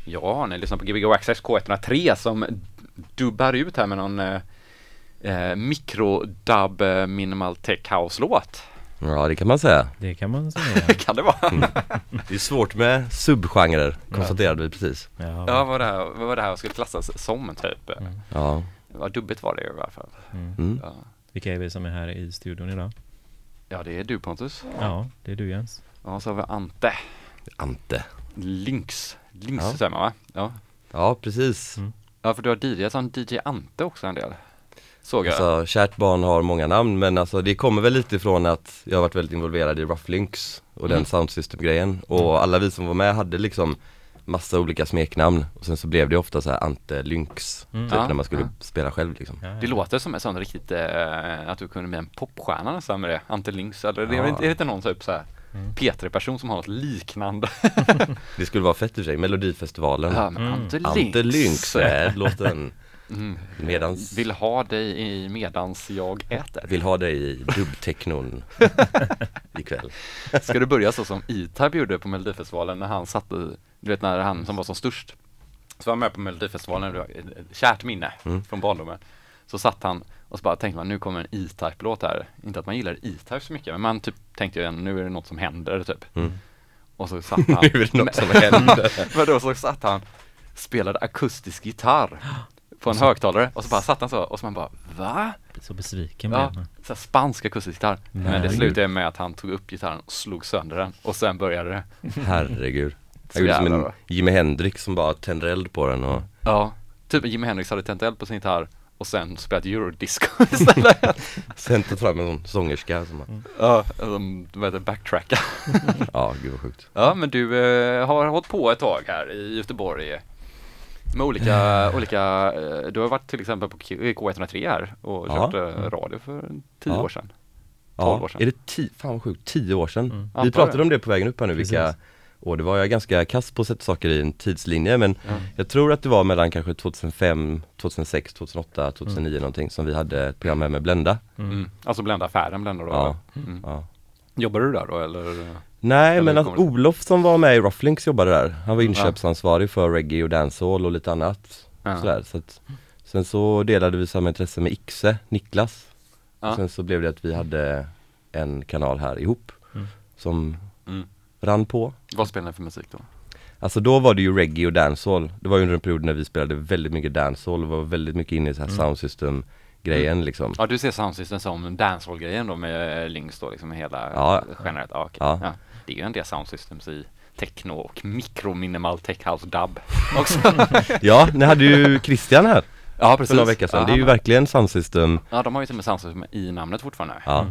Ja, ni lyssnar på Gbg Access K103 som dubbar ut här med någon mikrodub minimal tech house-låt. Ja, det kan man säga. Det kan man säga. Kan det vara? Det är svårt med subgenrer, konstaterade vi precis. Ja, vad var det här skulle klassas som typ? Ja. Vad dubbigt var det i alla fall. Ja. Vilka är vi som är här i studion idag? Ja, det är du Pontus. Ja, det är du Jens. Ja, så har vi Ante. Lynx säger man, va? Ja. Ja, precis. Ja, för du har DJat som DJ Ante också en del. Såg jag. Alltså, kärt barn har många namn, men alltså det kommer väl lite ifrån att jag har varit väldigt involverad i Rough Lynx och den soundsystem-grejen. Och alla vi som var med hade liksom massa olika smeknamn. Och sen så blev det ofta så här Ante Lynx, typ när man skulle spela själv liksom. Det låter som en sån riktigt, att du kunde bli en popstjärna nästan med det. Ante Lynx, eller det är inte någon typ så här P3-person som har något liknande. Det skulle vara fett i sig, Melodifestivalen. Ja, men Ante Lynx låter den. Medans... Vill ha dig i medans jag äter. Vill ha dig i dubbteknon ikväll. Ska du börja så som E-Type gjorde på Melodifestivalen när han satt i, du vet när han som var som störst, så var med på Melodifestivalen, det var ett kärt minne från barndomen. Så satt han och så bara tänkte man, nu kommer en E-Type-låt här. Inte att man gillar E-Type så mycket, men man typ tänkte ju, nu är det något som händer typ. Och så satt han nu är det något som händer. Men då så satt han, spelade akustisk gitarr på en högtalare, och så bara satt han så, och så man bara, va? Så besviken Ja, blev man. så spansk akustisk gitarr. Men det slutade med att han tog upp gitarren och slog sönder den, och sen började det. Herregud. Jag gjorde som en Jimi Hendrix som bara tände eld på den och... Ja, typ Jimi Hendrix hade tänt eld på sin gitarr och sen spelat eurodisco istället. Sen tog fram en sån sångerska som... Ja, vad heter backtracka. Ja, gud vad sjukt. Ja, men du har hållit på ett tag här i Göteborg med olika du har varit till exempel på K103 här och kört radio för 10 år sedan. 12 år sedan. Är det fan vad sjukt, 10 år sedan? Ja, Vi pratade det. om det på vägen upp här nu, vilka år det var. Jag är ganska kass på att sätta saker i en tidslinje, men jag tror att det var mellan kanske 2005, 2006, 2008, 2009 någonting som vi hade ett program med Blenda. Alltså Blenda-affären, Blenda då? Ja. Ja. Jobbar du där då eller? Nej, eller men att Olof som var med i Rough Lynx jobbade där. Han var inköpsansvarig för reggae och dancehall och lite annat. Sådär, så att, sen så delade vi samma intresse med Ixe, Niklas. Sen så blev det att vi hade en kanal här ihop som rann på. Vad spelar ni för musik då? Alltså då var det ju reggae och dancehall. Det var ju under en period när vi spelade väldigt mycket dancehall och var väldigt mycket inne i så här soundsystem-grejen liksom. Ja, du ser soundsystem som dancehall-grejen då med Lynx då liksom hela genret. Ja, okay. Ja. Det är ju en del soundsystems i techno och minimal tech house dub också. Ja, ni hade ju Christian här. Ja, precis. För några veckor sedan. Det är ju verkligen soundsystem. Ja, de har ju till och med soundsystem i namnet fortfarande. Ja,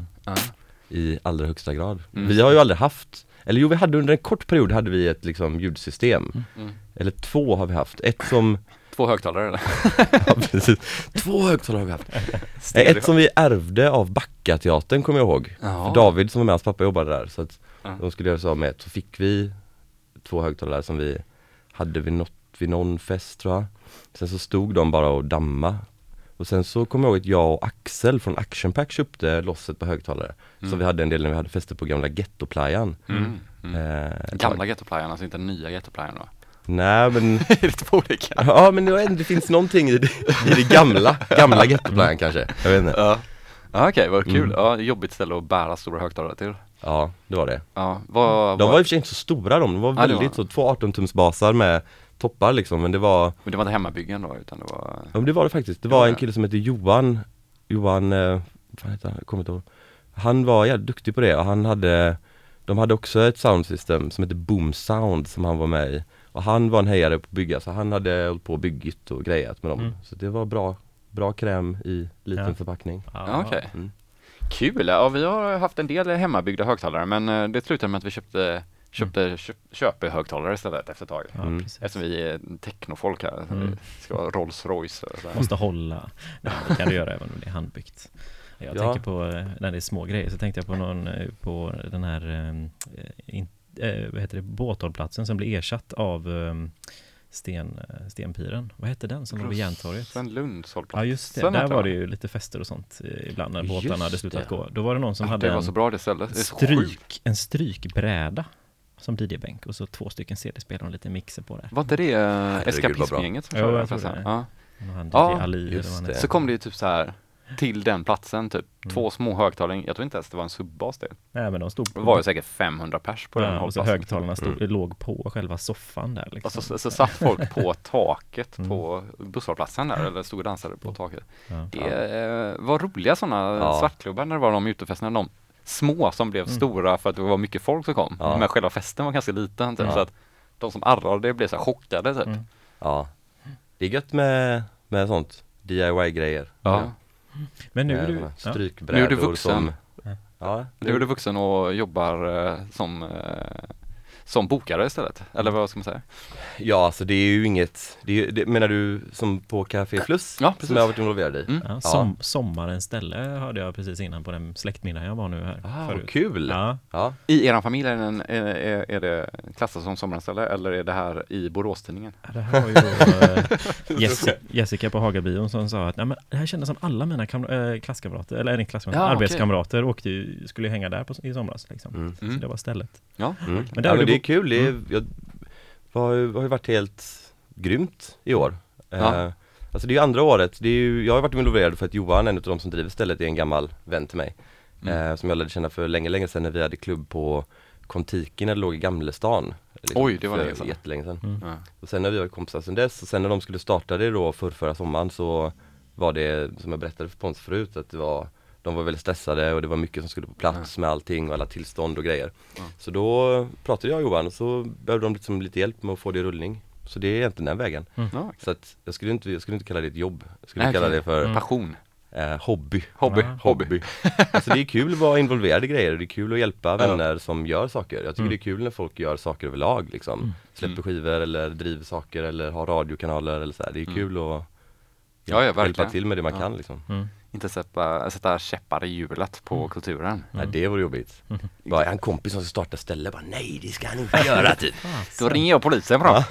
i allra högsta grad. Vi har ju aldrig haft, eller jo, vi hade under en kort period hade vi ett liksom ljudsystem. Eller 2 har vi haft. Ett som 2 högtalare eller? Ja, precis. 2 högtalare har vi haft. Ett som vi ärvde av Backa-teatern kommer jag ihåg. För David som var med, hans pappa jobbade där. Så att de skulle göra så med. Så fick vi 2 högtalare som vi hade vid någon fest tror jag. Sen så stod de bara och damma. Och sen så kommer jag ihåg att jag och Axel från Action Pack köpte losset på högtalare. Så vi hade en del när vi hade fester på gamla Gettoplayan. Gamla Gettoplayan, alltså inte nya Gettoplayan då? Nej, men... är det 2 olika? Ja, men det finns någonting i det gamla Gettoplayan kanske. Jag vet inte. Ja, okej, vad kul. Ja, jobbigt ställe att bära stora högtalare till. Ja, det var det. Ja, de var i och för sig inte så stora de var väldigt så 2 18-tums basar med toppar liksom, men det var inte hemmabyggen då, utan det var... Ja, men det var det faktiskt. Det var en kille som heter Johan, vad heter han? Jag kommer inte ihåg. Han var jävligt duktig på det och de hade också ett soundsystem som heter Boom Sound som han var med i. Och han var en hejare på att bygga, så han hade hållit på och byggt och grejat med dem. Så det var bra kräm i liten förpackning. Ja, okej. Kul, ja, vi har haft en del hemmabyggda högtalare, men det slutade med att vi köpte högtalare istället efter ett tag. Eftersom vi är technofolk här. Det ska vara Rolls Royce. Måste hålla. Nej, det kan du göra även om det är handbyggt. Jag tänker på, när det är små grejer, så tänkte jag på den här vad heter det, båthållplatsen som blir ersatt av Stenpiren. Vad hette den som låg vid Järntorget? Svenlundshållplats. Ja, just det. Där var det ju lite fester och sånt ibland när båtarna hade slutat gå. Då var det någon som hade det var så bra det stället. en strykbräda. som DJ-bänk och så 2 stycken CD-spelare och en liten mixer på det. Var inte det eskapismgänget som körde körde den den? festen? Ja. Ja, Ali, just det. Så kom det ju typ så här till den platsen, typ 2 små högtalare. Jag tror inte ens det var en subbas det. Nej, men de stod Det var ju säkert 500 pers på den och så hållplatsen. högtalarna låg på själva soffan där liksom. Och så satt folk på taket på busshållplatsen där, eller stod och dansade på taket. Ja. Det var roliga sådana svartklubbar när det var de utefesterna, de små som blev stora för att det var mycket folk som kom. Men själva festen var ganska liten typ, så att de som arrade det blev så här chockade typ. Ja, det är gött med sånt DIY-grejer. Ja. Men nu är du strykbrädor. Nu är du vuxen. Som, Nu är du vuxen och jobbar som bokare istället. Eller vad ska man säga? Ja, alltså det är ju inget, menar du som på Café Plus? Ja, precis. Som jag har varit involverad i? Sommarens ställe hörde jag precis innan på den släktmiddag jag var nu här förut. Kul! Ja. I er familj är det klassat som sommarens ställe, eller är det här i Boråstidningen? Det här var ju då Jessica på Hagabion som sa att nej, men det här kändes som alla mina klasskamrater, eller inte klasskamrater, arbetskamrater skulle ju hänga där i somras liksom. Så det var stället. Ja. Men det är kul. Det har ju varit helt grymt i år. Alltså det är ju andra året. Jag har varit involverad för att Johan, en av de som driver stället, är en gammal vän till mig. Som jag lärde känna för länge sedan när vi hade klubb på Kontiken när det låg i Gamlestan. Liksom, oj, det var länge sedan. Jättelänge sedan. Och sen när vi var kompisar sedan dess, och sen när de skulle starta det då förra sommaren, så var det, som jag berättade för Pons förut, att de var väldigt stressade och det var mycket som skulle på plats med allting och alla tillstånd och grejer. Så då pratade jag och Johan och så behövde de liksom lite hjälp med att få det i rullning. Så det är egentligen den vägen. Så att jag skulle inte kalla det ett jobb. Jag skulle kalla det för passion. Hobby. Hobby. Alltså det är kul att vara involverad i grejer. Det är kul att hjälpa vänner som gör saker. Jag tycker det är kul när folk gör saker överlag liksom. Släpper skivor eller driver saker eller har radiokanaler eller så här. Det är kul att hjälpa till med det man kan liksom. Inte sätta käppar i hjulet på kulturen. Nej, det var jobbigt. Bara en kompis som ska starta ställe, bara nej, det ska han inte göra typ. Då ringer jag polisen bra.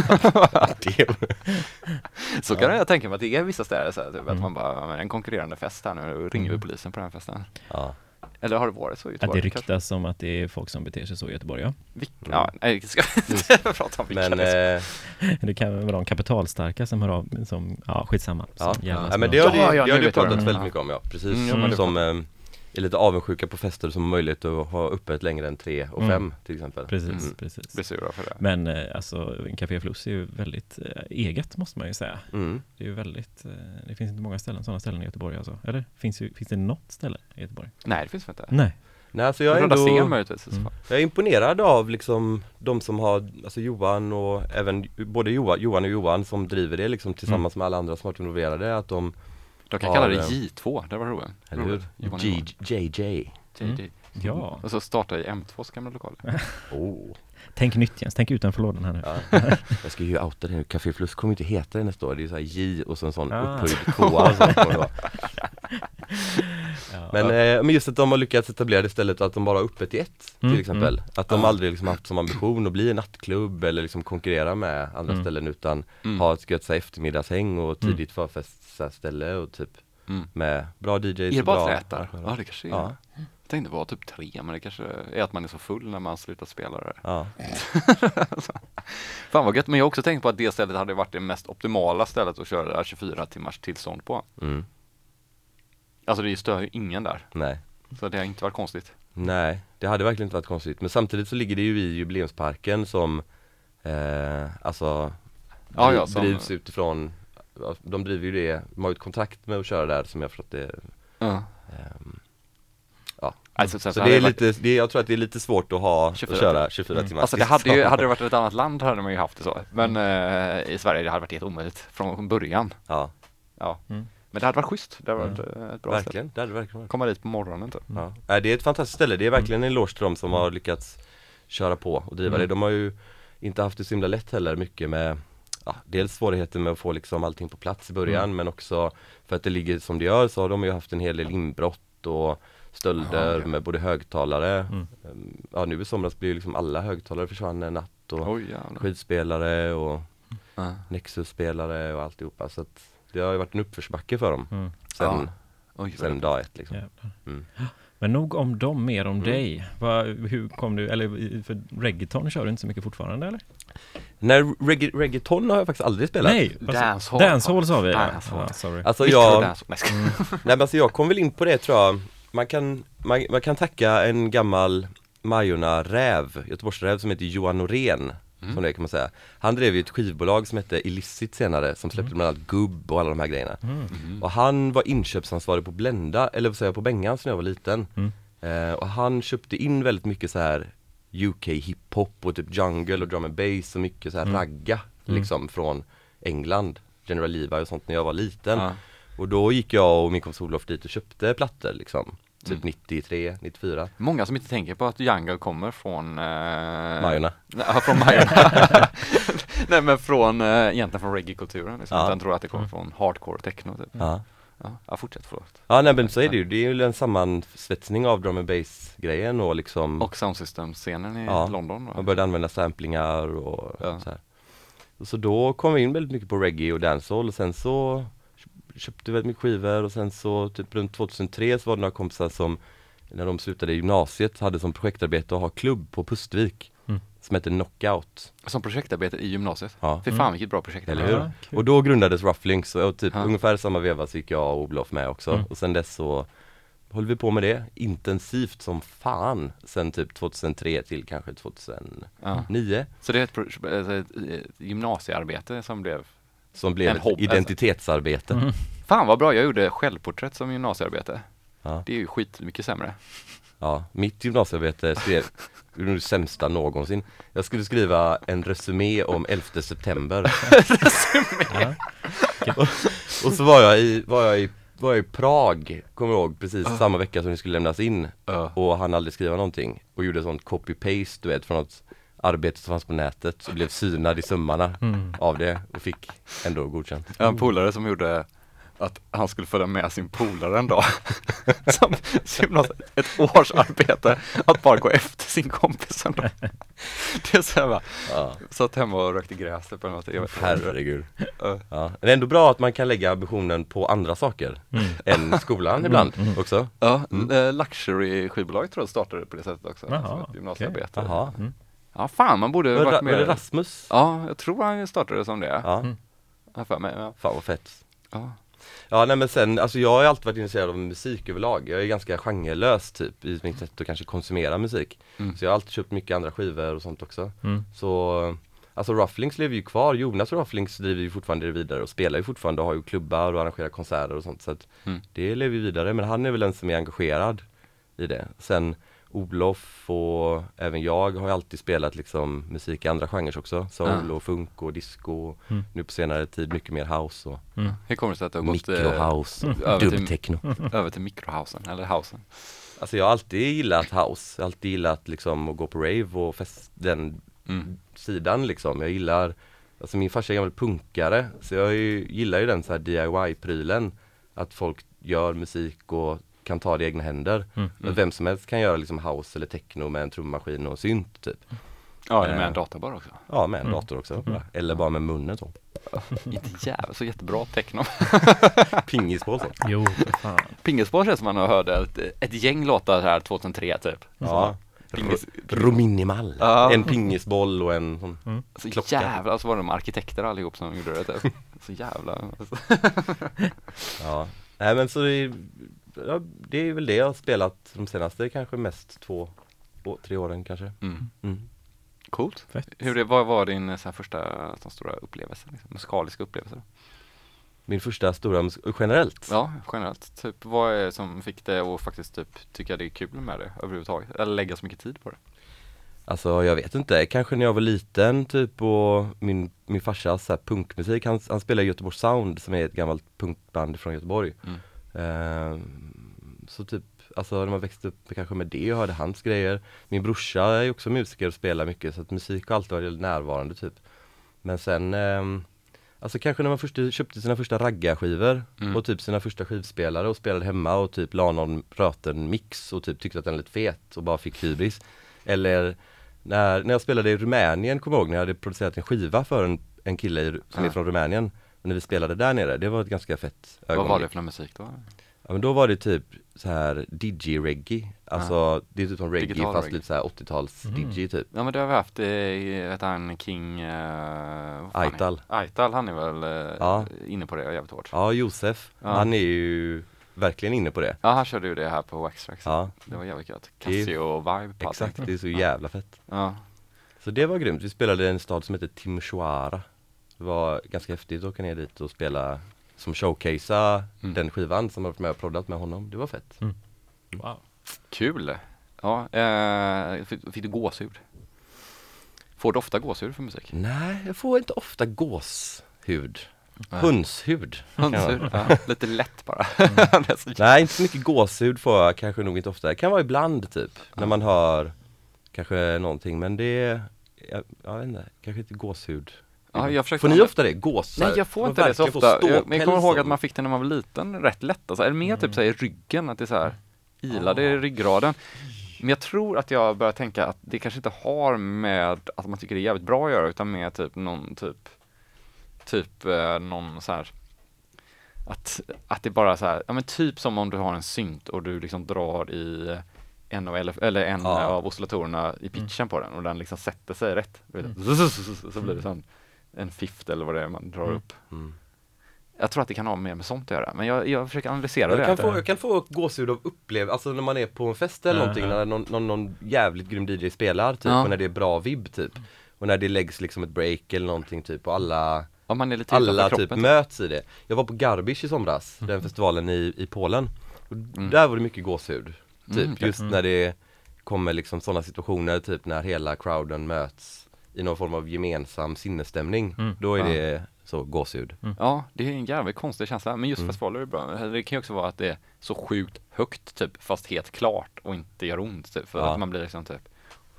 Så kan jag tänka mig att det är vissa städer så här, typ, att man bara, en konkurrerande fest här nu, och ringer vi polisen på den här festen. Eller har det varit så i Göteborg? Att det ryktas som att det är folk som beter sig så i Göteborg, ja. Nej, ska vi inte prata om vilka. Men det kan vara de kapitalstarka som hör av, som, skitsamma. Men det har du pratat väldigt mycket om, precis. Som är lite avundsjuka på fester som har möjlighet att ha öppet längre än 3 och 5 till exempel. Precis. Blir sura för det. Men alltså Café Plus är ju väldigt eget, måste man ju säga. Det är ju väldigt, det finns inte många sådana ställen i Göteborg alltså. Eller finns det något ställe i Göteborg? Nej, det finns inte. Nej, alltså jag är imponerad av liksom de som har, alltså Johan och även både Johan som driver det liksom tillsammans med alla andra som har varit involverade, att de kan kalla det J2, det var roligt. Eller hur? JJ. Ja. Och så starta i M2s gamla lokaler. Tänk nytt, Jens, tänk utanför lådan här nu. Jag ska ju outa det nu. Café Plus kommer inte heta det nästa år. Det är så här J och så en sån upphöjd 2. Men just att de har lyckats etablera det istället, att de bara har öppet till ett till exempel. Att de aldrig liksom haft som ambition att bli en nattklubb eller liksom konkurrera med andra ställen, utan ha ett gött eftermiddagshäng och tidigt förfestställe och typ med bra DJs. Är det bara trätar? Ja, det kanske är. Jag tänkte vara typ 3, men det kanske är att man är så full när man slutar spela det. Fan vad gött, men jag har också tänkt på att det stället hade varit det mest optimala stället att köra det här 24 timmars tillstånd på. Alltså det stör ju ingen där. Nej. Så det har inte varit konstigt. Nej, det hade verkligen inte varit konstigt. Men samtidigt så ligger det ju i jubileumsparken som drivs utifrån, de driver ju det, de har ju ett kontrakt med att köra där som jag förstått det. Alltså, så det är lite, jag tror att det är lite svårt att köra 24 timmar. Alltså hade det varit ett annat land hade man ju haft det så. Men i Sverige det hade varit helt omöjligt från början. Men det hade varit schysst. Det hade varit ett bra ställe. Det hade verkligen varit. Komma dit på morgonen typ. Det är ett fantastiskt ställe. Det är verkligen en eloge till dem som har lyckats köra på och driva det. De har ju inte haft det så himla lätt heller, mycket med dels svårigheter med att få liksom allting på plats i början, men också för att det ligger som det gör, så har de ju haft en hel del inbrott och stölder med både högtalare. Nu i somras blir liksom alla högtalare försvann en natt, och skidspelare och Nexus-spelare och alltihopa. Så att det har ju varit en uppförsbacke för dem sen dag ett liksom. Men nog om dem, mer om dig. Hur kom du, eller för reggaeton kör du inte så mycket fortfarande, eller? Nej, reggaeton har jag faktiskt aldrig spelat. Nej, dancehall sa vi. Sorry. Alltså jag kom väl in på det, tror jag. Man kan tacka en gammal Majorna-räv, Göteborgsräv, som heter Johan Norén. Som det kan man säga. Han drev ju ett skivbolag som hette Illicit senare, som släppte bland annat Gubb och alla de här grejerna. Och han var inköpsansvarig på Blenda, eller vad säger jag, på Bengans när jag var liten. Och han köpte in väldigt mycket så här UK hiphop och typ jungle och drum and bass och mycket så här ragga liksom från England, General Levi och sånt när jag var liten. Och då gick jag och min kompis Olof dit och köpte plattor liksom. Typ 93, 94. Många som inte tänker på att jungle kommer från Majorna. Ja, från Majorna. Nej, men egentligen från reggae-kulturen liksom. Jag tror att det kommer från hardcore techno typ. Ja, fortsätt, förlåt. Ja, nej, men så är det ju. Det är ju en sammansvetsning av drum and bass-grejen och liksom... Och soundsystem-scenen i London. Man började använda samplingar och så här. Så då kom vi in väldigt mycket på reggae och dancehall, och sen så köpte väldigt mycket skivor, och sen så typ runt 2003 så var det några kompisar som, när de slutade i gymnasiet, hade som projektarbete att ha klubb på Pustvik som heter Knockout. Som projektarbete i gymnasiet? Ja. Fy fan vilket bra projekt. Eller hur? Ja, och då grundades Rufflinks, och typ ungefär samma veva så gick jag och Olof med också. Och sen dess så höll vi på med det intensivt som fan sen typ 2003 till kanske 2009. Så det är ett gymnasiearbete som blev ett identitetsarbete. Fan vad bra, jag gjorde självporträtt som gymnasiearbete. Det är ju skitmycket sämre. Ja, mitt gymnasiearbete skrev det sämsta någonsin. Jag skulle skriva en resumé om 11 september. Och så var jag i Prag, kommer jag ihåg, precis samma vecka som det skulle lämnas in. Och han aldrig skriva någonting. Och gjorde sånt copy-paste, du vet, från något arbete som fanns på nätet. Och blev synad i sömmarna av det. Och fick ändå godkänt. Jag har en polare som gjorde att han skulle följa med sin polare en dag. Som ett års arbete. Att bara gå efter sin kompis en dag. Det är så här va. Satt hemma och rökte gräs på något. Herregud. Ja. Det är ändå bra att man kan lägga ambitionen på andra saker än skolan ibland också. Ja, Luxury skivbolag tror jag startade på det sättet också. Som ett gymnasiearbete. Okay. Ja, fan, man borde varit med. Var det Rasmus? Ja, jag tror han startade som det. Ja. Fan vad fett. Ja, nej, men sen, alltså jag har alltid varit intresserad av musik överlag. Jag är ganska genrelös typ i mitt sätt att kanske konsumera musik. Så jag har alltid köpt mycket andra skivor och sånt också. Så, alltså Rufflinks lever ju kvar. Jonas Rufflinks driver ju fortfarande det vidare och spelar ju fortfarande och har ju klubbar och arrangerar konserter och sånt. Så att det lever ju vidare, men han är väl den som är engagerad i det. Sen Olof och även jag har ju alltid spelat liksom musik i andra genrer också. Soul och funk och disco. Nu på senare tid mycket mer house och hur kommer det sig att det har gått mikrohouse, dubbtechno. Över till mikrohousen eller housen? Alltså jag har alltid gillat house. Jag har alltid gillat liksom att gå på rave och den sidan liksom. Jag gillar, alltså min farsa är gammal punkare, så jag gillar ju den så här DIY-prylen. Att folk gör musik och kan ta det i egna händer. Vem som helst kan göra liksom house eller techno med en trummaskin och synt typ. Ja, eller med en dator också. Ja, med en dator också. Eller bara med munnen så. Inte jävla så jättebra techno. Pingisboll så. Jo, för fan. Pingisboll känns som man har hört ett gäng låtar här 2003 typ. Ja. Rominimal. En pingisboll och en sån så jävla, så var de arkitekter allihop som gjorde det typ. Så jävla. Ja. Nej, men så det är väl det jag har spelat de senaste kanske mest 2-3 åren kanske. Coolt. Vad var din så här första stora upplevelse, liksom, musikaliska upplevelse? Min första stora generellt? Ja, generellt. Typ, vad är det som fick dig att faktiskt typ tycka det är kul med det överhuvudtaget? Eller lägga så mycket tid på det? Alltså jag vet inte, kanske när jag var liten typ, och min farsa så här, punkmusik, han spelar Göteborg Sound som är ett gammalt punkband från Göteborg. Så typ, alltså när man växte upp kanske med det och hörde hans grejer. Min brorsa är också musiker och spelar mycket, så att musik har alltid varit närvarande typ. Men sen, alltså kanske när man köpte sina första raggarskivor och typ sina första skivspelare och spelade hemma och typ la någon röten mix och typ tyckte att den lät fet och bara fick hybris. Eller när jag spelade i Rumänien, kommer jag ihåg, när jag hade producerat en skiva för en kille som är från Rumänien. Och när vi spelade där nere, det var ett ganska fett ögonblick. Vad var det för musik då? Ja men då var det typ så här digi-reggae. Alltså det är typ som reggae Digital fast reggae. lite så här 80-tals digi typ. Ja men det har vi haft, vet han King Aital. Aital, han är väl inne på det jävligt hårt. Ja, Josef, han är ju verkligen inne på det. Ja, han körde ju det här på Waxtrax. Ja. Det var jävligt gött. Casio-vibe på Exakt, allting. det är så jävla fett. Ja. Så det var grymt. Vi spelade i en stad som heter Timisoara. Det var ganska häftigt att åka ner dit och spela, som showcasea den skivan som har varit med och proddat med honom. Det var fett. Wow. Kul! Ja, fick du gåshud? Får du ofta gåshud för musik? Nej, jag får inte ofta gåshud. Hönshud. Hönshud? Ja, lite lätt bara. Nej, inte så mycket gåshud får jag kanske nog inte ofta. Det kan vara ibland typ, när man hör kanske någonting, men det jag vet inte, kanske inte gåshud. Ja, får ni ofta det? Gås? Nej, jag får inte det så ofta. Men jag kommer ihåg att man fick det när man var liten rätt lätt. Alltså, är det mer typ så här, i ryggen, att det är så här ilade i ryggraden. Men jag tror att jag börjar tänka att det kanske inte har med att man tycker det är jävligt bra att göra, utan med typ någon någon så här att det bara så här, ja men typ som om du har en synt och du liksom drar i en av oscillatorerna i pitchen på den och den liksom sätter sig rätt. Så blir det sån en fift eller vad det är man drar upp. Jag tror att det kan ha mer med sånt att göra, men jag försöker analysera det. Jag kan få gåshud av alltså när man är på en fest eller någonting, när någon jävligt grym DJ spelar typ, och när det är bra vibb typ, och när det läggs liksom ett break eller någonting typ, och alla man är lite alla typ möts i det. Jag var på Garbage i somras, den festivalen i Polen, och där var det mycket gåshud typ, just när det kommer liksom sådana situationer typ när hela crowden möts i någon form av gemensam sinnesstämning, då är det så gåshud. Ja, det är en jävligt konstig känsla, men just festivaler är bra. Det kan ju också vara att det är så sjukt högt typ, fast helt klart och inte gör ont typ, för att man blir liksom typ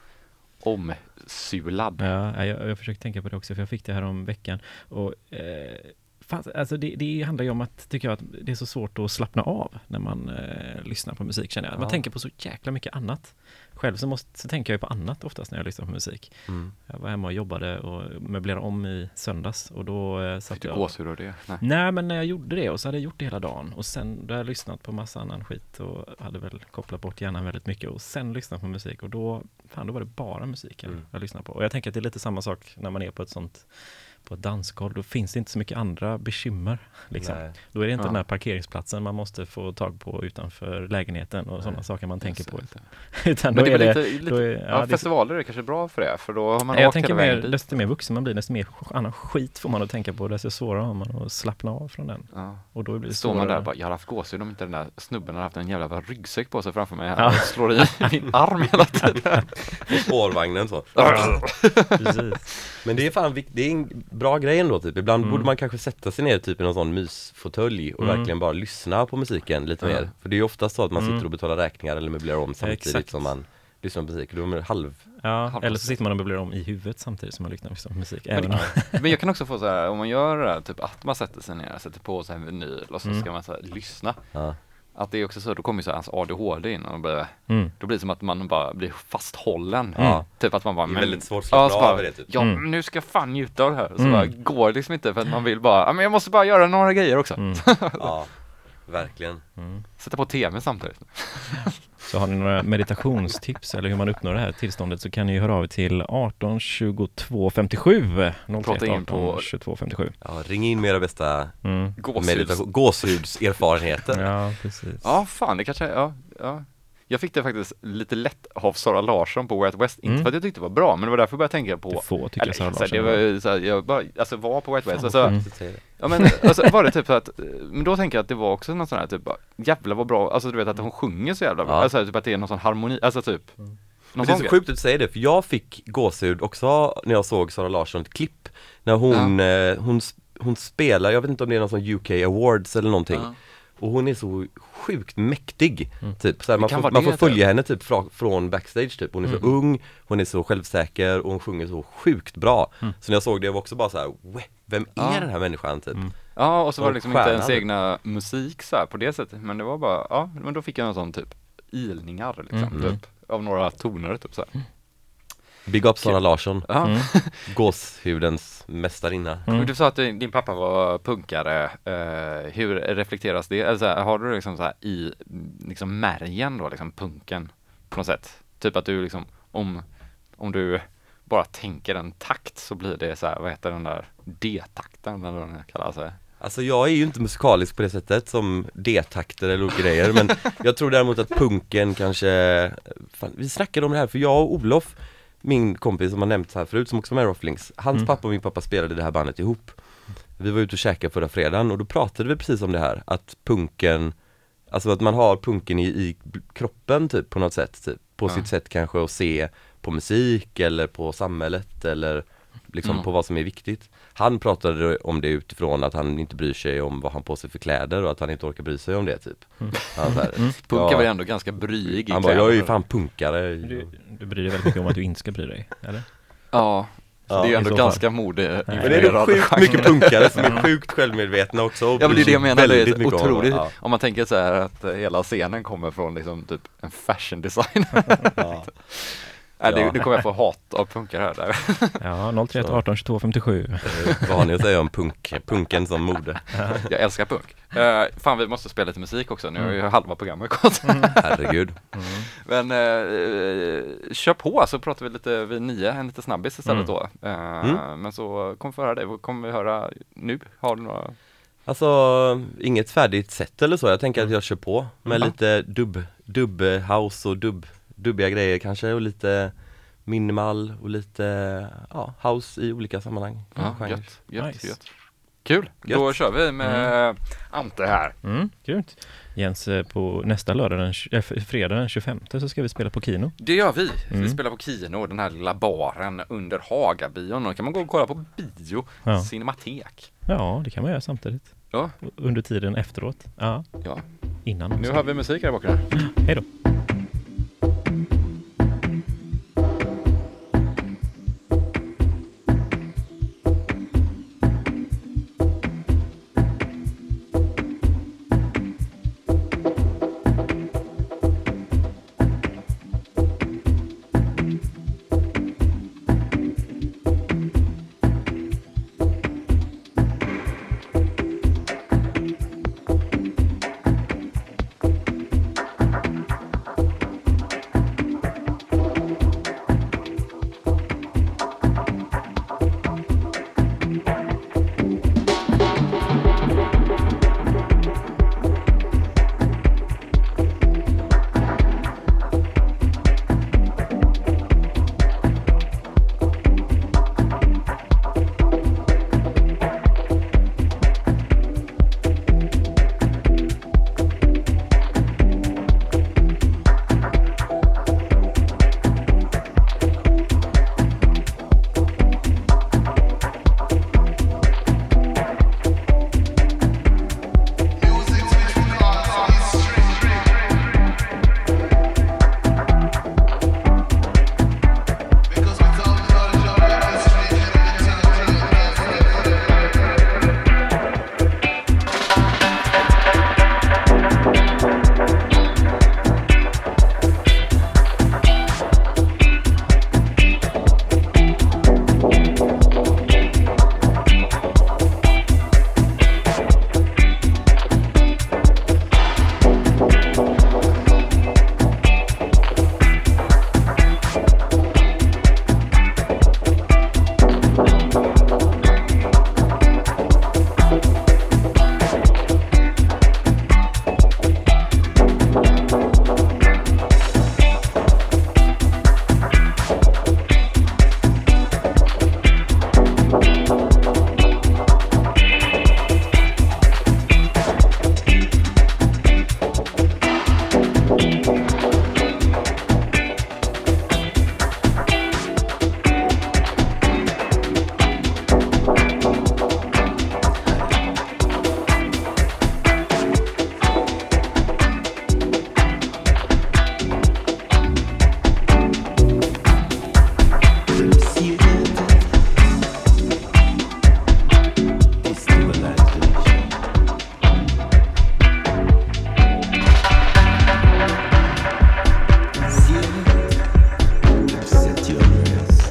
omsulad. Ja, jag försökte tänka på det också, för jag fick det här om veckan, och alltså det handlar ju om att, tycker jag, att det är så svårt att slappna av när man lyssnar på musik, känner jag. Man tänker på så jäkla mycket annat. Själv så tänker jag på annat oftast när jag lyssnar på musik. Jag var hemma och jobbade och möblerade om i söndags, och då satt jag... gåshud av det? Nej, men när jag gjorde det, och så hade jag gjort det hela dagen, och sen då hade jag lyssnat på massa annan skit och hade väl kopplat bort hjärnan väldigt mycket, och sen lyssnat på musik, och då var det bara musiken jag lyssnade på. Och jag tänker att det är lite samma sak när man är på ett dansgolv, då finns det inte så mycket andra bekymmer liksom. Då är det inte den här parkeringsplatsen man måste få tag på utanför lägenheten och sådana saker man tänker på. Utan men då det är det festivaler är kanske bra för det, för då har man jag tänker mer, desto mer vuxen man blir, desto mer annan skit får man att tänka på, desto svårare har man att slappna av från den. Och då blir det står man där bara, jag har haft gåshud om inte den där snubben har haft en jävla ryggsäck på sig framför mig här och slår i min arm hela tiden. På spårvagnen så. Precis. Men det är fan det är en bra grej ändå typ. Ibland borde man kanske sätta sig ner typ i någon sån mysfåtölj och verkligen bara lyssna på musiken lite mer. För det är ju oftast så att man sitter och betalar räkningar eller möblerar om samtidigt som man lyssnar på musik. Då är man eller så sitter man och möblerar om i huvudet samtidigt som man lyssnar på musik. Men jag kan också få så här, om man gör det här, typ att man sätter sig ner, sätter på sig en vinyl och så ska man så här lyssna. Att det är också så, då kommer ju så hans ADHD in och då blir det som att man bara blir fasthållen. Typ att man bara, det är väldigt svårt att slappna av det typ. Nu ska jag fan njuta av det här. Och så bara går det liksom inte, för att man vill bara, men jag måste bara göra några grejer också. Ja, verkligen. Sätta på tv samtidigt. Så har ni några meditationstips eller hur man uppnår det här tillståndet, så kan ni höra av er till 18 22 57 18 22 57. Ja, ring in med era bästa gåshudserfarenheter. Ja, precis. Ja, fan, det kanske ja. Jag fick det faktiskt lite lätt av Sara Larsson på Way Out West, inte för att jag tyckte det var bra, men det var därför jag började tänka på... Du får tycka Sara Larsson. Det var så här, jag bara, alltså var på Way Out West, ja men alltså var det typ så att, men då tänker jag att det var också någon sån här typ, jävla vad bra, alltså du vet att hon sjunger så jävla bra, alltså typ att det är någon sån harmoni, alltså typ. Men det är så sjukt att du säger det, för jag fick gåshud också när jag såg Sara Larsson ett klipp, när hon spelar, jag vet inte om det är någon sån UK Awards eller någonting. Och hon är så sjukt mäktig typ. Så här, man får följa henne typ från backstage typ. Hon är så ung, hon är så självsäker och hon sjunger så sjukt bra. Så när jag såg det var också bara så här, vem är den här människan typ? Ja, och så var det liksom inte ens egna musik så här, på det sättet. Men det var bara, men då fick jag någon sån typ ilningar liksom, typ, av några toner typ så här. Big up Sara Larsson. Ja. Gåshudens mästarinna. Du sa att din pappa var punkare. Hur reflekteras det? Alltså, har du liksom så här i liksom märgen då, liksom punken på något sätt? Typ att du liksom, om du bara tänker en takt så blir det så här, vad heter den där D-takten eller vad den kallar sig? Alltså jag är ju inte musikalisk på det sättet som D-takter eller olika grejer, men jag tror däremot att punken kanske, vi snackade om det här för jag och Olof, min kompis som har nämnt här förut som också var med i Rofflings, hans pappa och min pappa spelade det här bandet ihop. Vi var ute och käkade förra fredagen och då pratade vi precis om det här, att punken, alltså att man har punken i kroppen typ på något sätt, typ, på sitt sätt kanske att se på musik eller på samhället eller liksom på vad som är viktigt. Han pratade om det utifrån att han inte bryr sig om vad han på sig för kläder och att han inte orkar bry sig om det typ. Punkar var ändå ganska bryig i han bara, jag är ju fan punkare. Du bryr dig väldigt mycket om att du inte ska bry dig, eller? Ja, så det är ju ändå ganska modig. Men det är sjukt mycket punkare som är sjukt självmedvetna också. Ja, men det är det jag menar, det är mycket otroligt. Om man tänker så här att hela scenen kommer från liksom typ en fashion design. Nu kommer jag få hat av punkare här där. Ja, 031 18 22 57. Vad har ni att säga om punken som mode? Jag älskar punk. Fan, vi måste spela lite musik också. Nu är ju halva programmet gått. Herregud. Men kör på, så pratar vi lite vid 9, en lite snabbis istället då. Men så kommer vi höra det. Vad kommer vi höra nu? Har du några? Alltså, inget färdigt sätt eller så. Jag tänker att jag kör på med lite dubb house och dubbiga grejer kanske och lite minimal och lite house i olika sammanhang. Ja, gött. Kul, då kör vi med Ante här. Kul. Jens, på nästa lördag, fredag den 25 så ska vi spela på Kino. Det gör vi. Vi spelar på Kino, den här lilla baren under Hagabion. Då kan man gå och kolla på bio, Cinematek. Ja, det kan man göra samtidigt. Ja. Under tiden efteråt. Ja. Innan. Nu har vi musik här bakom. Hej då. Set your rest.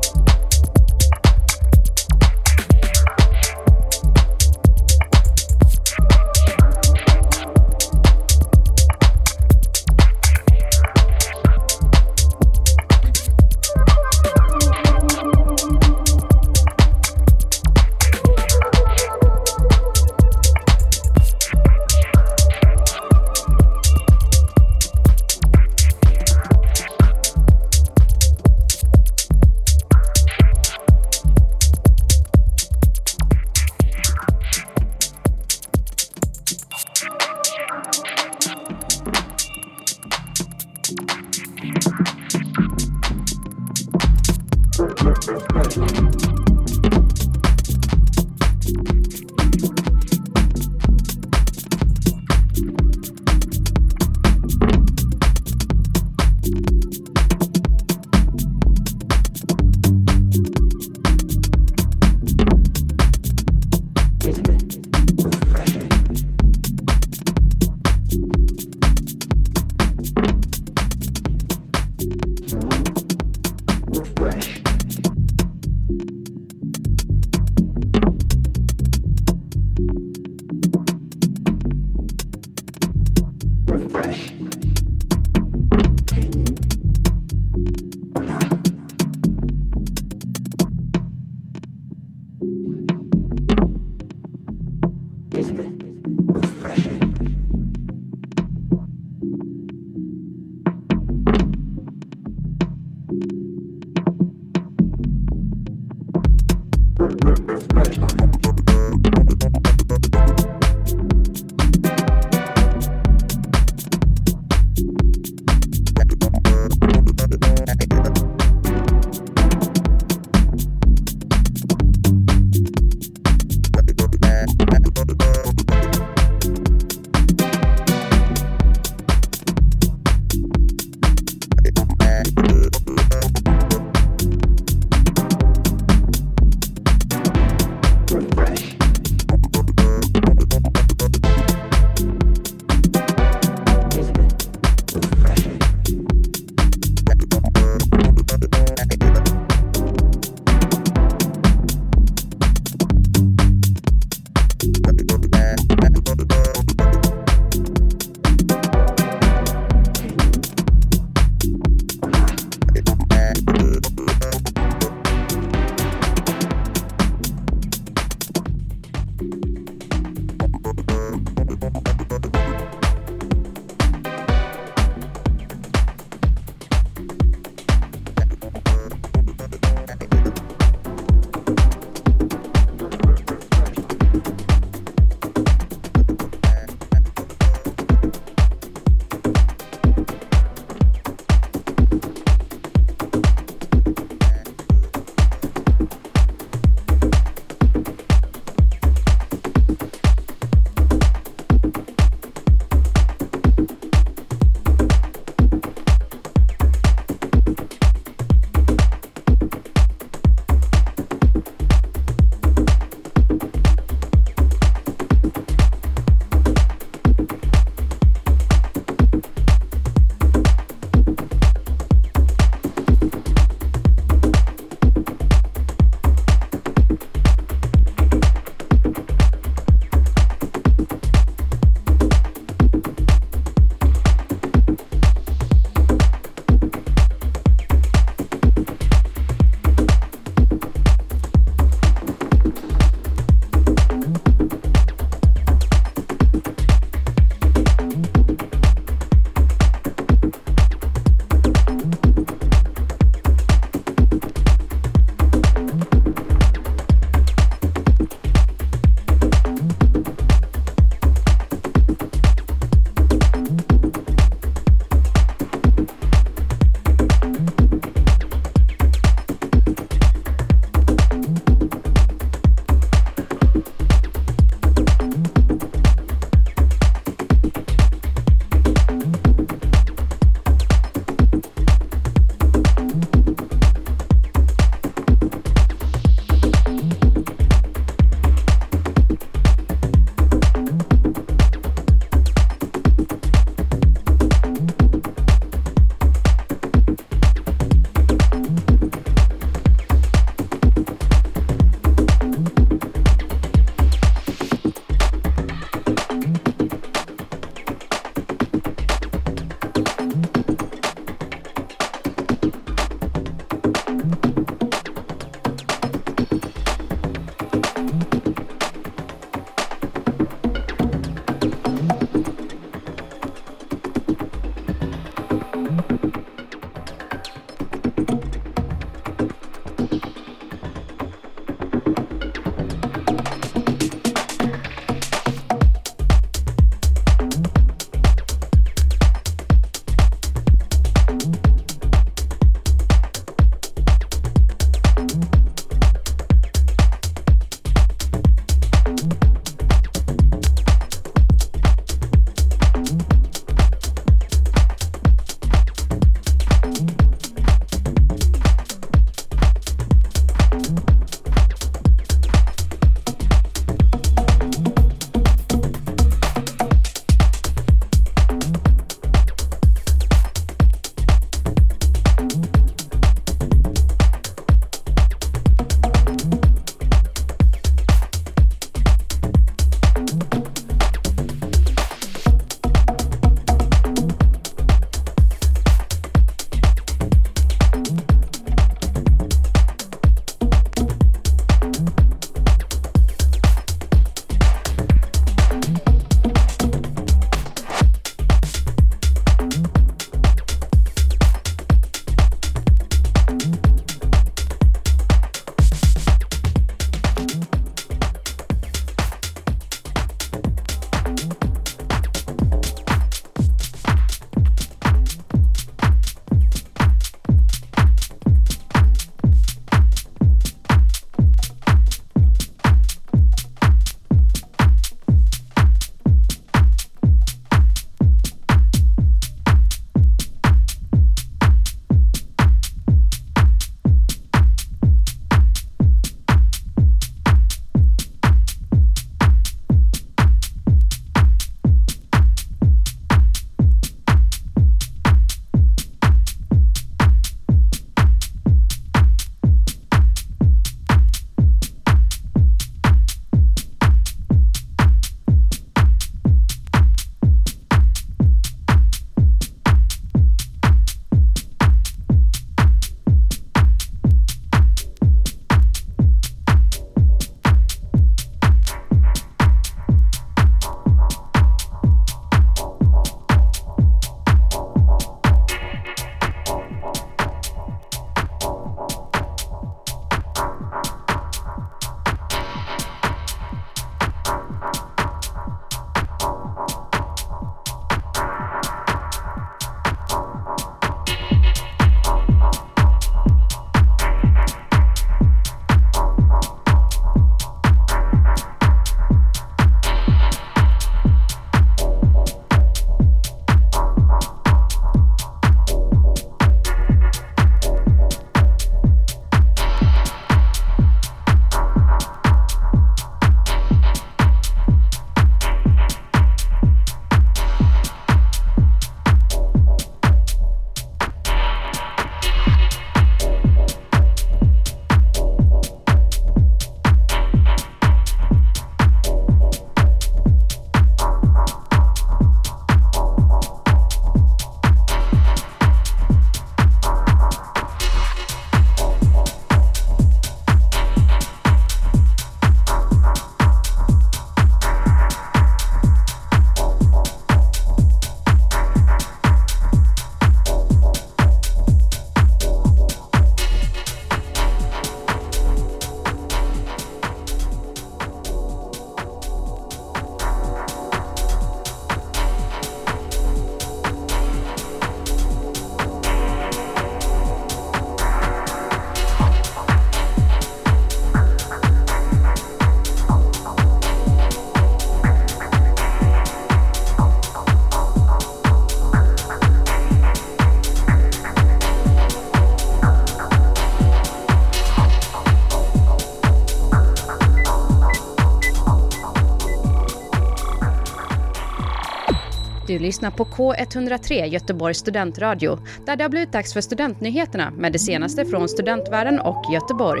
Du lyssnar på K103 Göteborgs studentradio, där det har blivit dags för studentnyheterna med det senaste från studentvärlden och Göteborg.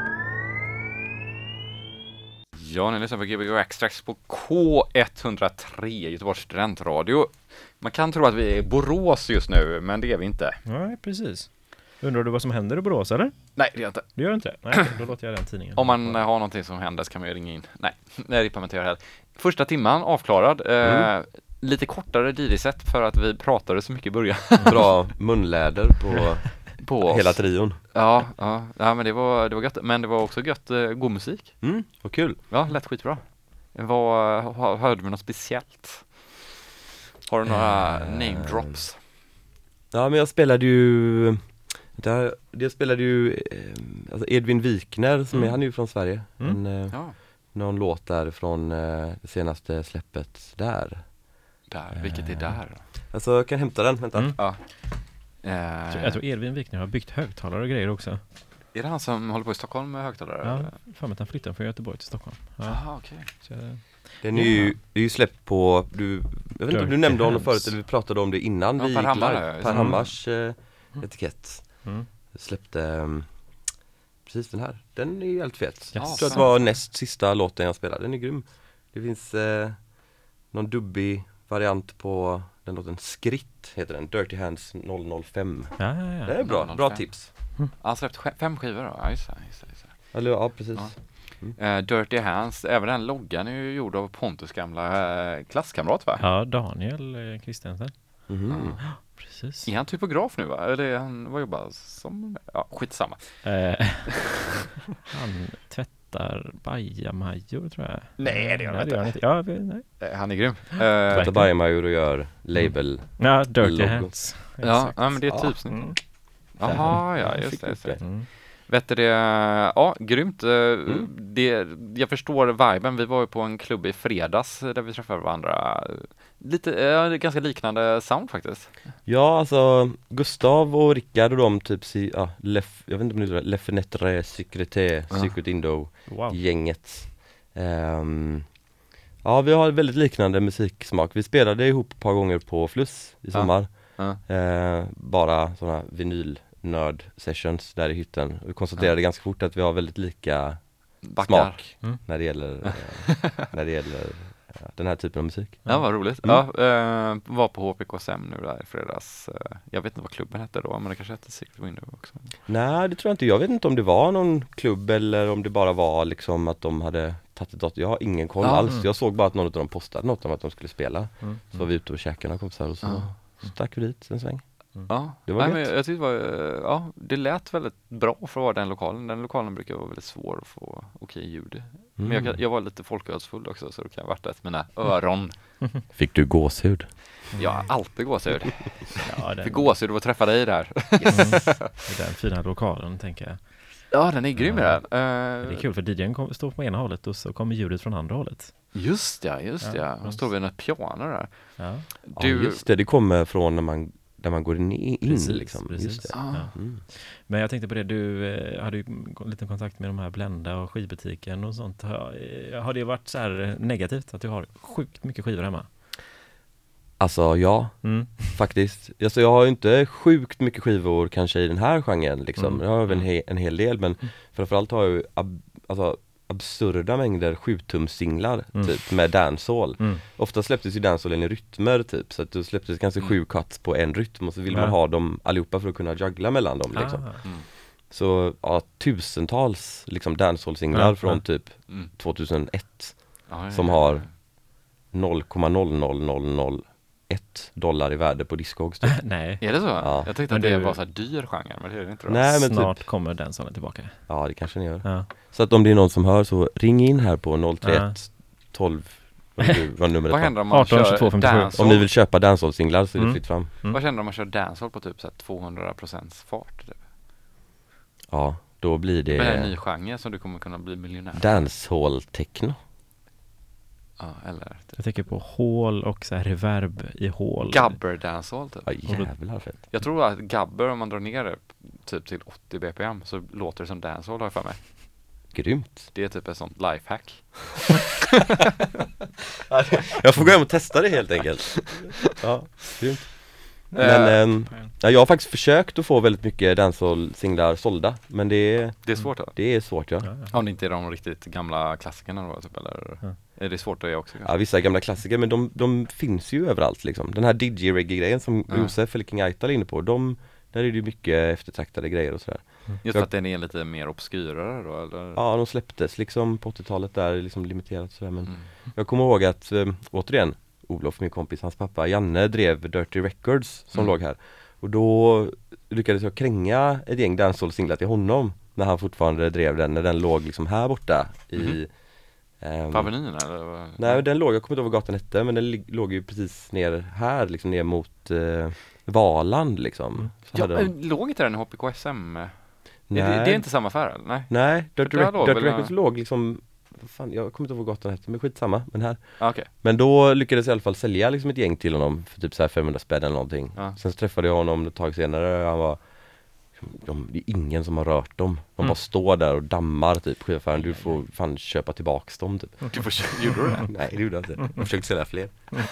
Ja, ni lyssnar på Gbg Extracts på K103 Göteborgs studentradio. Man kan tro att vi är i Borås just nu, men det är vi inte. Nej, precis. Undrar du vad som händer i Borås, eller? Nej, det är inte. Det gör inte? Nej, då låter jag den tidningen. Om man har någonting som händer så kan man ju ringa in. Nej, det rippar man inte här. Första timman avklarad. Lite kortare DJ-set för att vi pratade så mycket i början. Bra munläder på hela trion. Ja, men det var gött. Men det var också gött god musik. Vad kul. Ja, lät skitbra. Hörde du något speciellt? Har du några name drops? Ja, men jag spelade ju alltså Edvin Wikner som han är ju från Sverige. Någon låt där från det senaste släppet där. Vilket är där? Alltså jag kan hämta den, vänta. Ja. Jag tror Edvin Wikner har byggt högtalare och grejer också. Är det han som håller på i Stockholm med högtalare? Ja, fan att han flyttade från Göteborg till Stockholm. Jaha, okej. Den är ju släppt på, jag vet inte om du nämnde honom förut eller vi pratade om det innan vi gick live. Per Hammars etikett. Släppte precis den här. Den är ju helt fet. Jag tror att det var näst sista låten jag spelade. Den är grym. Det finns någon dubbig variant på den låten. Skritt heter den. Dirty Hands 005. Ja. Det är bra. 005. Bra tips. Han släppt 5 skivor då. Ja, just det. Eller, ja, precis. Dirty Hands, även den loggan är ju gjord av Pontus gamla klasskamrat, va? Ja, Daniel Kristensen. Precis. Är han typograf nu, va? Eller vad jobbar som? Ja, skitsamma. Han tvättar bajamajor, tror jag. Nej, det gör han inte. Ja, nej. Han är grym. Tvättar bajamajor och gör label. Ja, Dirty Hands. Ja, men det är typsnitt. Jaha, ja, just det. Vet du det? Ja, grymt. Jag förstår viben. Vi var ju på en klubb i fredags där vi träffade varandra. Lite, ganska liknande sound faktiskt. Ja, alltså Gustav och Rickard och de typ jag vet inte om det är Le Fenêtre Secreté, Secret Indo-gänget. Ja, vi har väldigt liknande musiksmak. Vi spelade ihop ett par gånger på Fluss i sommar. Bara sådana vinyl-nörd sessions där i hytten. Vi konstaterade ganska fort att vi har väldigt lika smak när det gäller den här typen av musik. Ja, vad roligt. Var på HPKSM nu där i fredags. Jag vet inte vad klubben hette då, men det kanske hette Secret Window också. Nej, det tror jag inte. Jag vet inte om det var någon klubb eller om det bara var liksom att de hade tagit ett datum. Jag har ingen koll alls. Jag såg bara att någon av dem postade något om att de skulle spela. Så var vi ute och käkade och kompisar och så stack vi dit en sväng. Ja, det var men jag tyckte det lät väldigt bra för att vara den lokalen. Den lokalen brukar vara väldigt svår att få okej ljud. Men jag var lite folkölsfull också, så det kan ha varit ett mina öron. Fick du gåshud? Jag har alltid gåshud. Ja, Fick gåshud att träffa dig där. Den fina lokalen, tänker jag. Ja, den är grym den. Det är kul för DJn står på ena hållet och så kommer ljudet från andra hållet. Just ja. De står vid ett piano där. Ja. Just det kommer från där man går in precis, liksom. Precis. Just det. Men jag tänkte på det, du hade ju lite kontakt med de här Blenda och skivbutiken och sånt. Har det varit så här negativt att du har sjukt mycket skivor hemma? Alltså ja, faktiskt. Alltså, jag har ju inte sjukt mycket skivor kanske i den här genren liksom. Jag har väl en hel del, men framförallt har jag ju absurda mängder 7-tums-singlar typ med dancehall. Ofta släpptes ju dancehall i rytmer typ, så att det släpptes kanske 7 cuts på en rytm och så vill man ha dem allihopa för att kunna juggla mellan dem liksom. Så tusentals liksom dancehall-singlar från typ 2001 som har 0,00001 $1 i värde på Discogs typ. Nej. Är det så? Ja. Jag tänkte att det var så här dyr genre, men det är det inte då. Nej, men snart kommer den sången tillbaka. Ja, det kanske ni gör. Ja. Så att om det är någon som hör så ring in här på 031 12 vad numret vad händer om man 18, kör 22, dancehall? Om ni vill köpa dancehall-singlar så är det fritt fram. Vad händer om man kör dancehall på typ så här 200% fart? Typ? Ja, då blir det en ny genre som du kommer kunna bli miljonär. Dancehall-techno. Ja, eller jag tänker på hål och så här reverb i hål. Gabber dancehall typ. Ja, jävlar fett. Jag tror att gabber, om man drar ner det typ till 80 bpm så låter det som dancehall, har jag för mig. Grymt. Det är typ ett sånt lifehack. Jag får gå hem och testa det helt enkelt. Ja, grymt. Men jag har faktiskt försökt att få väldigt mycket dancehall-singlar sålda. Men det är svårt då? Det är svårt, ja. Om det inte är de riktigt gamla klassikerna då, typ, eller är det svårt att ge också? Ja, vissa gamla klassiker, men de finns ju överallt liksom. Den här digi-reggae-grejen som Josef eller King Aital är inne på, där är det ju mycket eftertraktade grejer och sådär. Just för att den är lite mer obskyrare då, eller? Ja, de släpptes liksom på 80-talet där, liksom limiterat sådär, men jag kommer ihåg att, återigen, Olof, min kompis, hans pappa Janne drev Dirty Records som låg här. Och då lyckades jag kränga ett gäng dancehall-singlar till honom när han fortfarande drev den, när den låg liksom här borta i på Avenyn eller? Nej, den låg, jag kommer inte ihåg vad gatan hette, men den låg ju precis ner här, liksom ner mot Valand liksom. Ja, låg inte den i HPKSM? Nej. Det är inte samma affär, eller? Nej, Dirty Records låg liksom, fan, jag kommer inte ihåg vad gatan hette, men skitsamma, men här. Okay. Men då lyckades jag i alla fall sälja liksom ett gäng till honom för typ så här 500 spänn eller någonting. Sen så träffade jag honom ett tag senare, han var, det är ingen som har rört dem. De bara står där och dammar typ. Chefen, du får fan köpa tillbaks dem typ. Gjorde du det? Nej, det gjorde jag inte. Jag försökte sälja fler.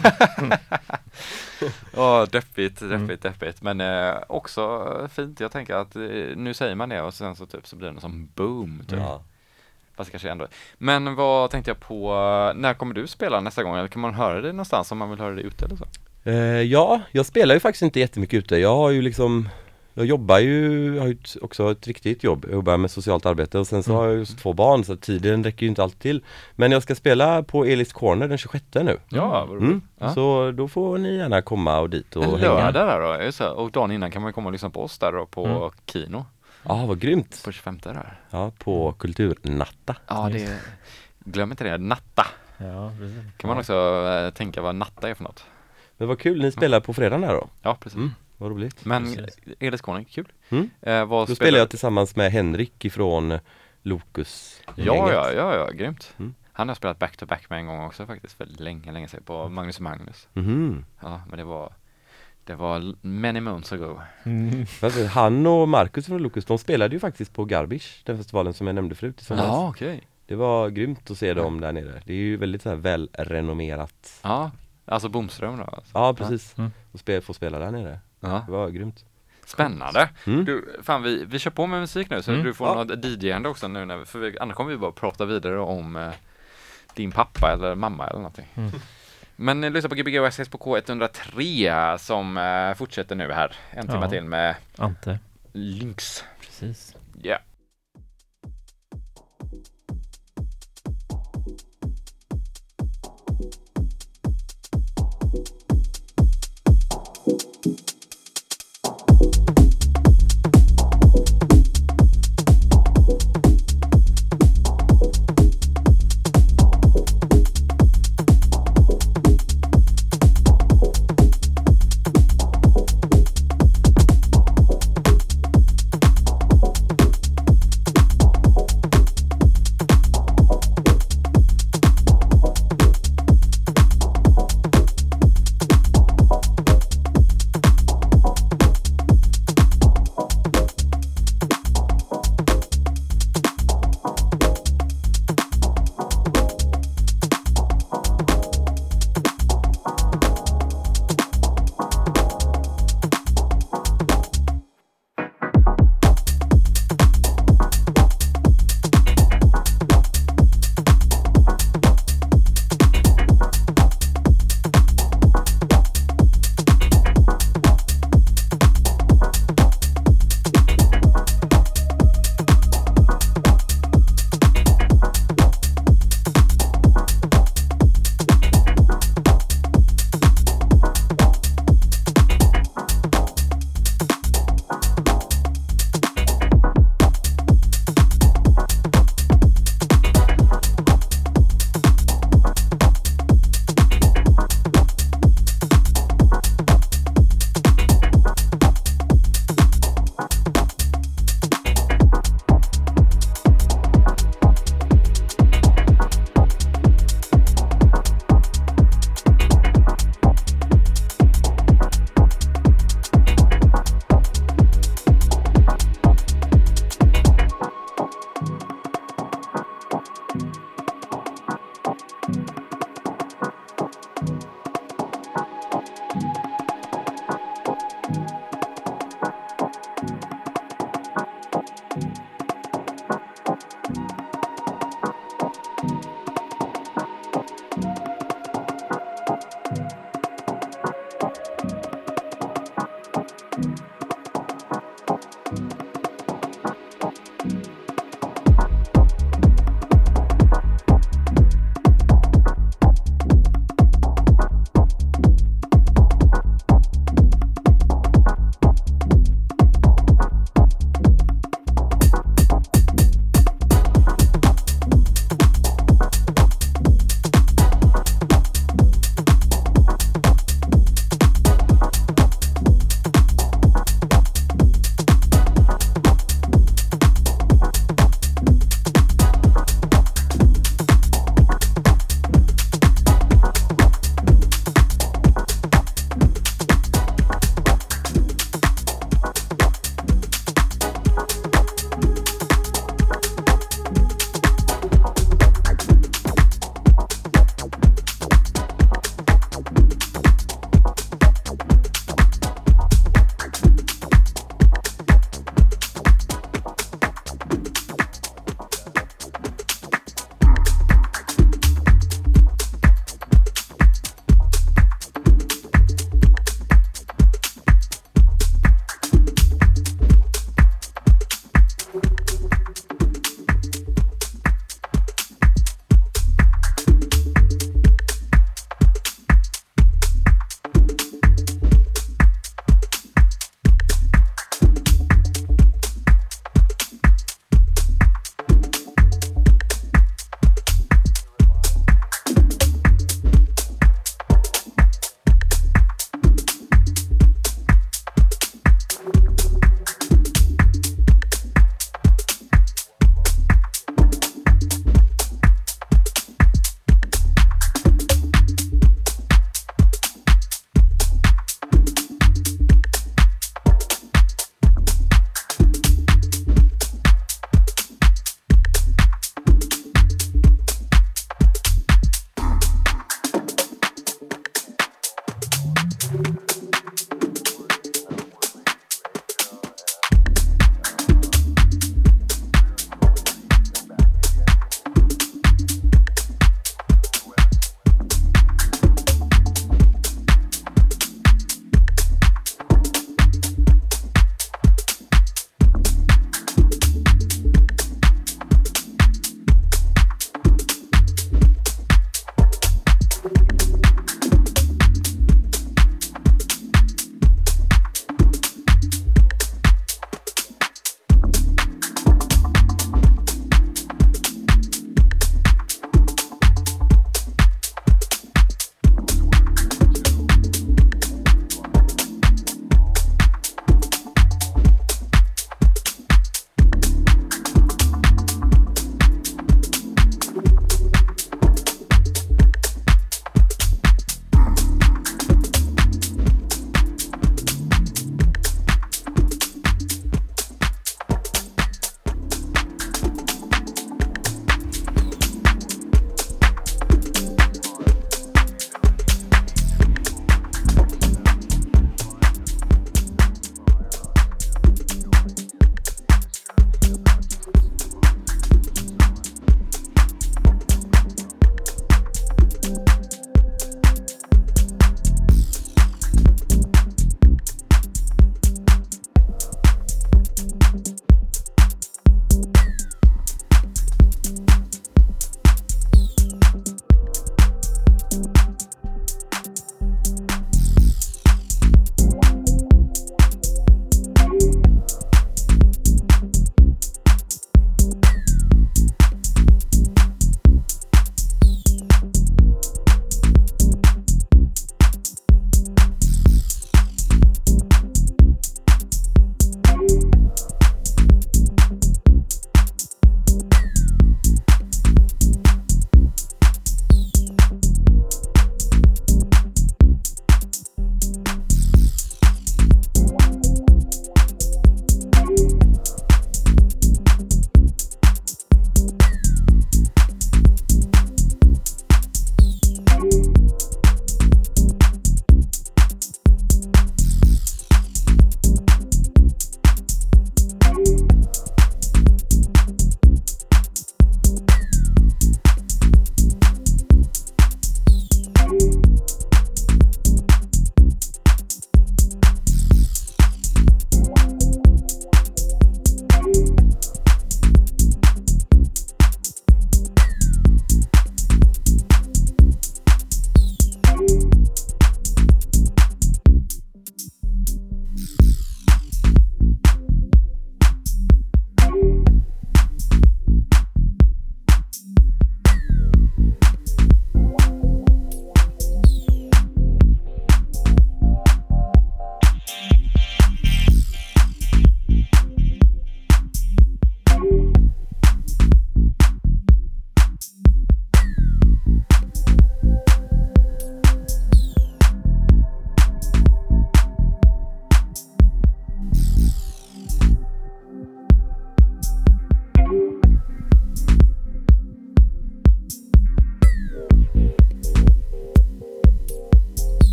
Deppigt. Men också fint. Jag tänker att nu säger man det och sen så typ så blir det någon som boom typ. Ja. Fast kanske ändå. Men vad tänkte jag på, när kommer du spela nästa gång? Eller kan man höra det någonstans om man vill höra det ute eller så? Ja, jag spelar ju faktiskt inte jättemycket ute. Jag har ju liksom, jag har ju också ett riktigt jobb. Jag jobbar med socialt arbete och sen så har jag just 2 barn så tiden räcker ju inte alltid till. Men jag ska spela på Elis Corner den 26 nu. Ja, så då får ni gärna komma och dit och en hänga. lördag där då, är så. Och dagen innan kan man komma och lyssna på oss där då på Kino. Ja, vad grymt. På 25 där. Ja, på Kulturnatta. Ja, glöm inte det, natta. Ja, precis. Kan man också tänka vad natta är för något. Men vad kul, ni spelar på fredagen här då. Ja, precis. Vad roligt. Men Elis Corner, kul. Då spelar jag tillsammans med Henrik ifrån Locus. Ja, grymt. Han har spelat back-to-back med en gång också faktiskt för länge sedan på Magnus. Ja, men det var many moons ago. Han och Marcus från Locus, de spelade ju faktiskt på Garbage, den festivalen som jag nämnde förut. Ja, okej. Det var grymt att se dem där nere. Det är ju väldigt så här välrenommerat. Ja, alltså Bomström då. Alltså. Ja, precis. Och få spela där nere. Ja. Det var grymt. Spännande. Du, fan vi kör på med musik nu så du får något DJ-ande också nu annars kommer vi bara prata vidare om din pappa eller mamma eller någonting. Men lyssna på Gbg West på K103 som fortsätter nu här en timme till med Ante Lynx. Precis. Ja. Yeah.